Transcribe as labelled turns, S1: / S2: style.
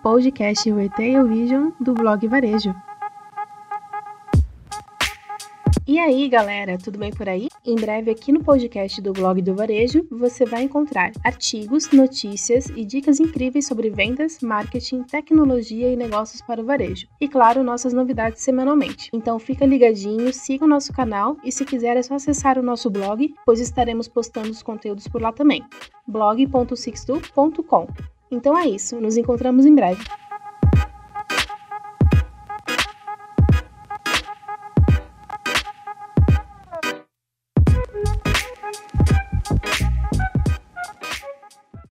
S1: podcast Retail Vision do blog Varejo. E aí, galera, tudo bem por aí? Em breve aqui no podcast do blog do Varejo, você vai encontrar artigos, notícias e dicas incríveis sobre vendas, marketing, tecnologia e negócios para o varejo. E claro, nossas novidades semanalmente. Então fica ligadinho, siga o nosso canal e se quiser é só acessar o nosso blog, pois estaremos postando os conteúdos por lá também. blog.sixtu.com. Então é isso, nos encontramos em breve.